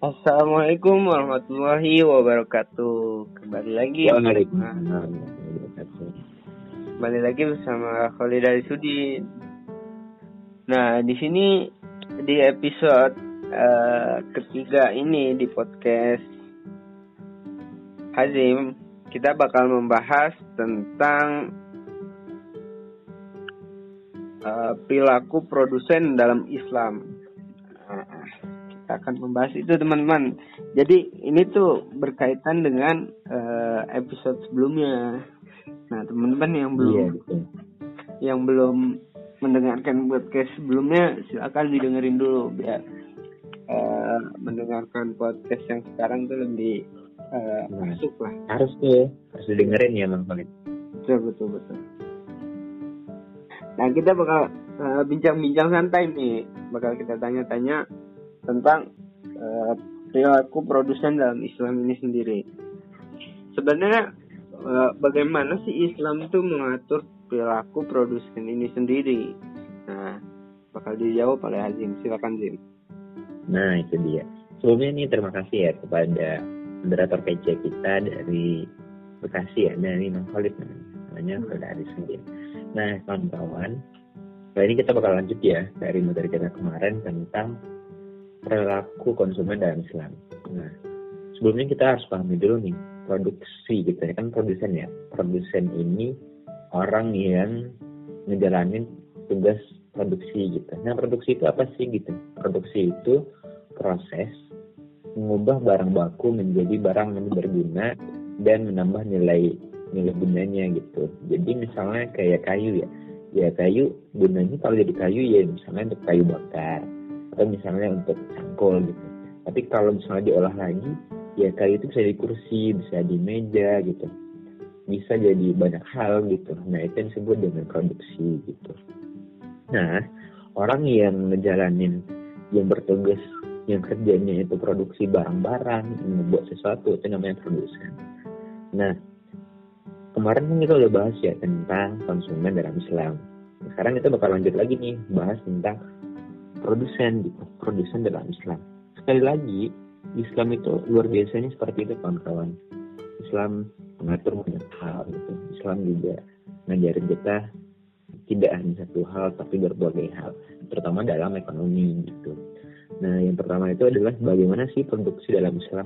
Assalamualaikum warahmatullahi wabarakatuh. Kembali lagi bersama Khalid dari Sudi. Nah, di sini di episode ketiga ini di podcast Hazim, kita bakal membahas tentang perilaku produsen dalam Islam. Kita akan membahas itu, teman-teman. Jadi ini tuh berkaitan dengan episode sebelumnya. Nah, teman-teman yang belum mendengarkan podcast sebelumnya, silakan didengerin dulu biar mendengarkan podcast yang sekarang tuh lebih masuk lah. Harus didengerin ya, Bang Khalid. Betul. Nah, kita bakal bincang-bincang santai nih. Bakal kita tanya-tanya tentang perilaku produsen dalam Islam ini sendiri. Sebenarnya bagaimana sih Islam itu mengatur perilaku produsen ini sendiri? Nah, bakal dijawab oleh Hazim. Silakan, Zim. Nah, itu dia. Sebelumnya nih terima kasih ya kepada moderator PC kita dari Bekasi ya, dari Bang Khalid namanya dari sendiri. Nah, kawan-kawan, kali ini kita bakal lanjut ya dari materi kita kemarin tentang perilaku konsumen dalam Islam. Nah, sebelumnya kita harus pahami dulu nih, produksi gitu ya, kan produsen ya. Produsen ini orang yang ngejalanin tugas produksi gitu. Nah, produksi itu apa sih gitu? Produksi itu proses mengubah barang baku menjadi barang yang berguna dan menambah nilai gunanya gitu. Jadi misalnya kayak kayu ya kayu gunanya kalau jadi kayu ya misalnya untuk kayu bakar atau misalnya untuk cangkul gitu. Tapi kalau misalnya diolah lagi ya kayu itu bisa jadi kursi, bisa jadi meja gitu, bisa jadi banyak hal gitu. Nah, itu yang disebut dengan produksi gitu. Nah, orang yang ngejalanin, yang bertugas, yang kerjanya itu produksi barang-barang, membuat sesuatu, itu namanya produsen. Nah, kemarin kita udah bahas ya tentang konsumen dalam Islam. Sekarang kita bakal lanjut lagi nih, bahas tentang produsen dalam Islam. Sekali lagi, Islam itu luar biasanya seperti itu, kawan-kawan. Islam mengatur banyak hal gitu. Islam juga ngajarin kita tidak hanya satu hal, tapi berbagai hal, terutama dalam ekonomi gitu. Nah, yang pertama itu adalah bagaimana sih produksi dalam Islam.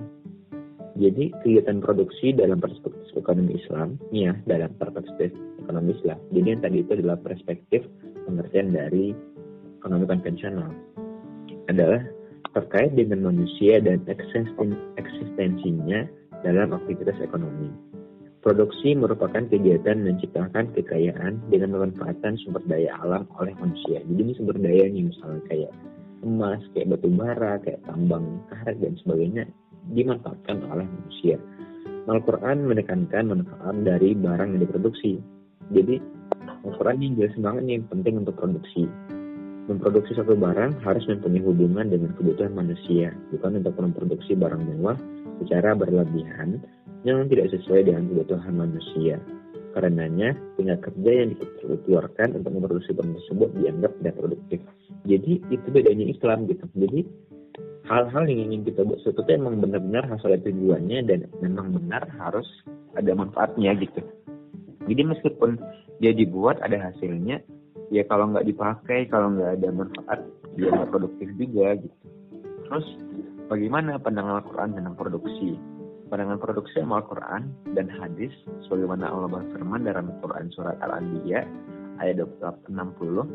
Jadi kegiatan produksi dalam perspektif ekonomi Islam, ya dalam perspektif ekonomi Islam. Jadi yang tadi itu adalah perspektif pengertian dari ekonomi konvensional, adalah terkait dengan manusia dan eksistensinya dalam aktivitas ekonomi. Produksi merupakan kegiatan menciptakan kekayaan dengan memanfaatkan sumber daya alam oleh manusia. Jadi ini sumber dayanya misalnya kayak emas, kayak batu bara, kayak tambang karet dan sebagainya dimanfaatkan oleh manusia. Al-Quran menekankan manfaat dari barang yang diproduksi. Jadi Al-Quran ini jelas banget nih penting untuk produksi. Memproduksi satu barang harus mempunyai hubungan dengan kebutuhan manusia, bukan untuk memproduksi barang mewah secara berlebihan yang tidak sesuai dengan kebutuhan manusia. Karenanya, tingkat kerja yang dikeluarkan untuk memproduksi barang tersebut dianggap tidak produktif. Jadi itu bedanya Islam gitu. Jadi hal-hal yang ingin kita buat itu memang benar-benar harus ada tujuannya dan memang benar harus ada manfaatnya gitu. Jadi meskipun dia dibuat ada hasilnya, ya kalau nggak dipakai, kalau nggak ada manfaat, dia nggak produktif juga gitu. Terus bagaimana pandangan Al-Quran tentang produksi? Pandangan produksi sama Al-Quran dan hadis, sebagaimana Allah berfirman dalam Al-Quran surat Al-Anbiya ayat 60,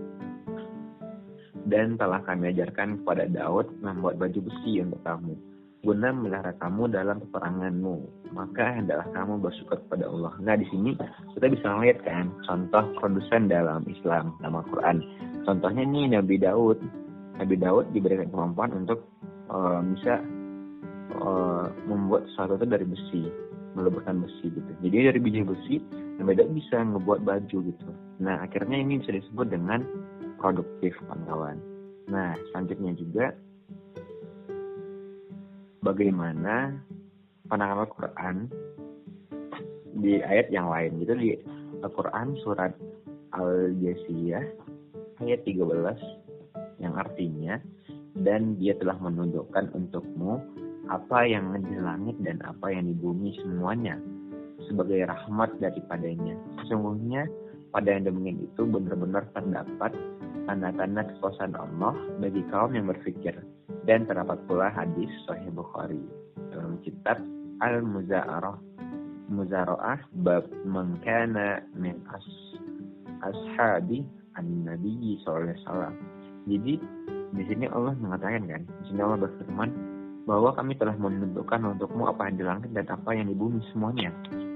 dan telah kami ajarkan kepada Daud membuat baju besi untuk kamu, guna memelihara kamu dalam peperanganmu. Maka hendaklah kamu bersyukur kepada Allah. Nah, di sini kita bisa melihat kan contoh produsen dalam Islam dalam Al-Quran. Contohnya nih Nabi Daud. Nabi Daud diberikan kemampuan untuk bisa membuat sesuatu itu dari besi, meleburkan besi gitu. Jadi dari biji besi Nabi Daud bisa ngebuat baju gitu. Nah, akhirnya ini bisa disebut dengan produktif, kawan-kawan. Nah, selanjutnya juga bagaimana pandangan Al-Quran di ayat yang lain. Gitu di Al-Quran surat Al-Jasiyah ayat 13 yang artinya, dan dia telah menundukkan untukmu apa yang di langit dan apa yang di bumi semuanya sebagai rahmat daripadanya. Sesungguhnya pada yang demikian itu benar-benar terdapat tanda-tanda kekuasaan Allah bagi kaum yang berfikir. Dan terdapat pula hadis Sahih Bukhari dalam kitab Al-Muzara'ah bab man kana min ashabi an-nabi sallallahu alaihi wasallam. Jadi di sini Allah mengatakan kan, di sini Allah berfirman bahwa kami telah menentukan untukmu apa yang di langit dan apa yang di bumi semuanya.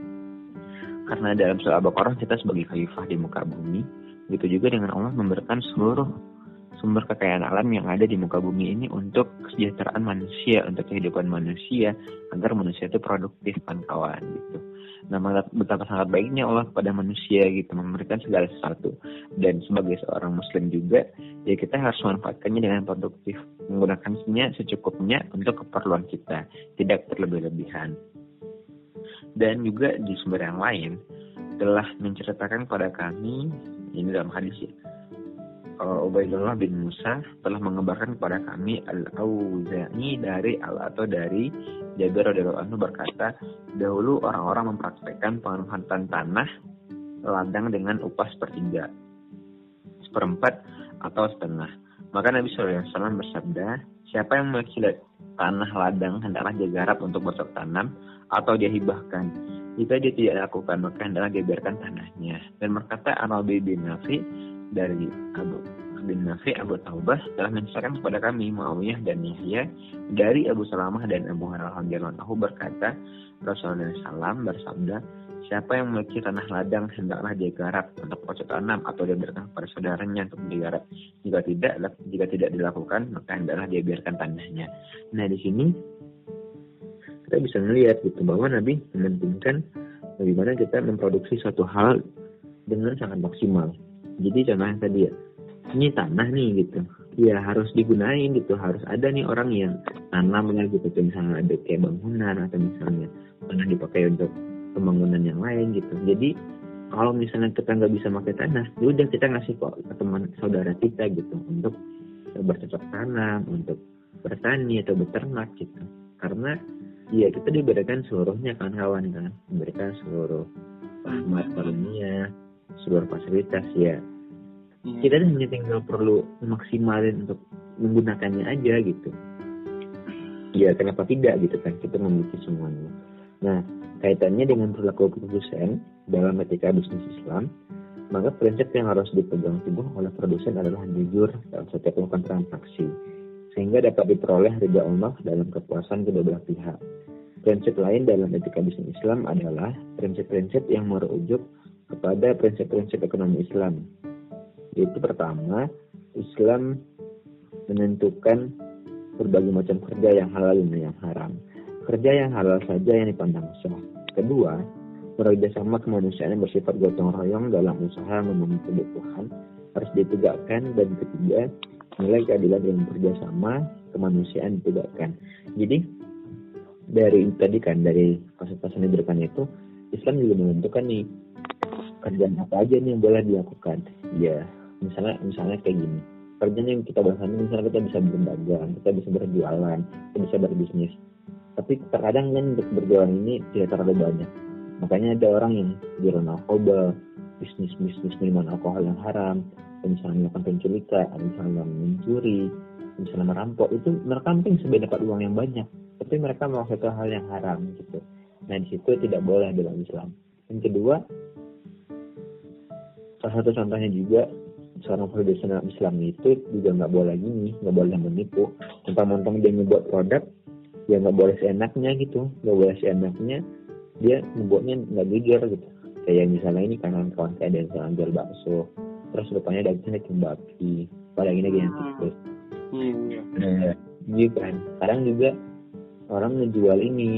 Karena dalam surah Al-Baqarah kita sebagai khalifah di muka bumi, begitu juga dengan Allah memberikan seluruh sumber kekayaan alam yang ada di muka bumi ini untuk kesejahteraan manusia, untuk kehidupan manusia, agar manusia itu produktif kan kawan gitu. Nah, betapa sangat baiknya Allah kepada manusia gitu, memberikan segala sesuatu. Dan sebagai seorang muslim juga, ya kita harus memanfaatkannya dengan produktif, menggunakannya secukupnya untuk keperluan kita, tidak berlebih-lebihan. Dan juga di sumber yang lain telah menceritakan kepada kami, ini dalam hadis ya, Ubaidullah bin Musa telah mengabarkan kepada kami Al-Auza'i dari Jabir radhiyallahu anhu berkata, dahulu orang-orang mempraktikkan pemanfaatan tanah ladang dengan upah sepertiga, seperempat atau setengah. Maka Nabi SAW bersabda, siapa yang memiliki tanah ladang hendaklah dia garap untuk bercocok tanam atau dia hibahkan. Jika dia tidak lakukan, maka hendaklah dia biarkan tanahnya. Dan berkata Arabi bin Nafi dari Abu Taubah telah menceritakan kepada kami Muawiyah dan Yahya dari Abu Salamah dan Abu Hurairah radhiyallahu anhu berkata, Rasulullah SAW bersabda, siapa yang memiliki tanah ladang hendaklah dia garap untuk bercocok tanam atau dia berikan kepada saudaranya untuk digarap. Jika tidak dilakukan, maka hendaklah dia biarkan tanahnya. Nah, di sini kita bisa melihat gitu bahwa Nabi mementingkan bagaimana kita memproduksi suatu hal dengan sangat maksimal. Jadi contoh yang tadi ya, ini tanah nih gitu, ya harus digunain gitu, harus ada nih orang yang tanamnya gitu, misalnya ada kayak bangunan atau misalnya tanah dipakai untuk pembangunan yang lain gitu. Jadi kalau misalnya kita nggak bisa pakai tanah, ya udah kita ngasih kok ke teman saudara kita gitu untuk bercocok tanam, untuk bertani atau beternak gitu. Karena ya kita diberikan seluruhnya kan kawan kan, diberikan seluruh rahmat karunia, seluruh fasilitas ya. Kita hanya tinggal perlu maksimalin untuk menggunakannya aja gitu. Ya kenapa tidak gitu kan, kita memiliki semuanya. Nah, kaitannya dengan perilaku produsen dalam etika bisnis Islam, maka prinsip yang harus dipegang teguh oleh produsen adalah jujur dalam setiap melakukan transaksi, sehingga dapat diperoleh ridha Allah dalam kepuasan kedua belah pihak. Prinsip lain dalam etika bisnis Islam adalah prinsip-prinsip yang merujuk kepada prinsip-prinsip ekonomi Islam. Yaitu pertama, Islam menentukan berbagai macam kerja yang halal dan yang haram. Kerja yang halal saja yang dipandang sah. Kedua, kerjasama kemanusiaan yang bersifat gotong royong dalam usaha memenuhi kebutuhan harus ditegakkan. Dan ketiga, nilai keadilan yang kerjasama kemanusiaan ditegakkan. Jadi dari tadi kan, dari fasilitas yang diberikan itu, Islam juga menentukan nih kerjaan apa aja nih yang boleh dilakukan. Ya misalnya kayak gini, kerjaan yang kita bahas ini misalnya kita bisa berdagang, kita bisa berjualan, kita bisa berbisnis. Tapi terkadang kan untuk berjualan ini tidak terlalu banyak. Makanya ada orang yang jual narkoba, bisnis minuman alkohol yang haram, misalnya melakukan penculikan, misalnya mencuri, misalnya merampok. Itu mereka mungkin sebenarnya dapat uang yang banyak, tapi mereka melakukan hal yang haram gitu. Nah di situ tidak boleh dalam Islam. Yang kedua, salah satu contohnya juga seorang produsen Islam itu juga nggak boleh menipu. Mentang-mentang dia ngebuat produk, ya nggak boleh seenaknya gitu, nggak boleh seenaknya dia ngebuatnya nggak jujur gitu. Kayak misalnya ini kawan-kawan saya ada yang jual bakso, terus rupanya dagingnya daging babi, padahal ini daging tikus. Nah, gitu kan. Kadang juga orang ngejual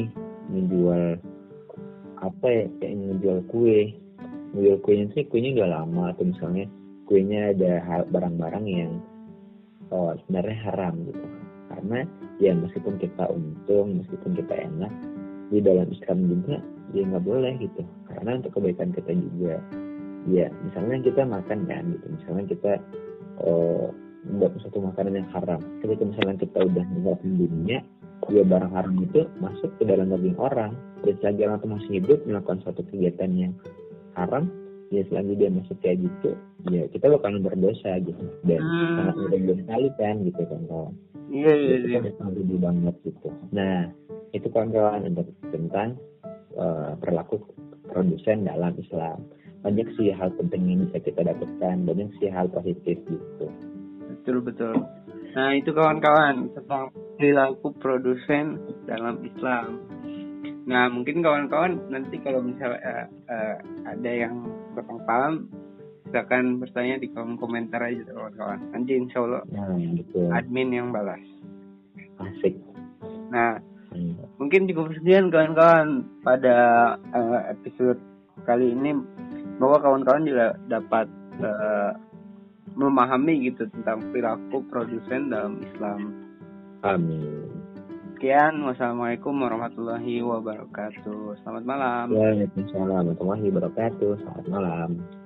apa ya, kayak ngejual kuenya sih, kuenya udah lama, atau misalnya kuenya ada barang-barang yang sebenarnya haram gitu. Karena ya meskipun kita untung, meskipun kita enak, di dalam Islam juga ya nggak boleh gitu. Karena untuk kebaikan kita juga. Ya misalnya kita makan kan gitu, misalnya kita membuat suatu makanan yang haram. Ketika misalnya kita udah meninggalkan dunia, juga barang haram itu masuk ke dalam daging orang, dan selagi orang itu masih hidup melakukan suatu kegiatan yang haram, ya selagi dia masih kayak gitu, ya kita bakalan berdosa gitu, dan sangat merugikan sekali kan gitu kan kawan. Iya. Kita bakal rugi banget gitu. Nah itu kawan-kawan untuk tentang perilaku produsen dalam Islam. Banyak sih hal penting yang bisa kita dapatkan, banyak sih hal positif gitu. Betul. Nah itu kawan-kawan tentang perilaku produsen dalam Islam. Nah mungkin kawan-kawan nanti kalau misalnya ada yang kurang paham, silakan bertanya di kolom komentar aja kawan-kawan. Nanti insya Allah admin yang balas. Asik. Nah mungkin cukup sekian kawan-kawan pada episode kali ini, bahwa kawan-kawan juga dapat memahami gitu tentang perilaku produsen dalam Islam. Amin. Sekian, wassalamualaikum warahmatullahi wabarakatuh. Selamat malam. Waalaikumsalam warahmatullahi wabarakatuh. Selamat malam.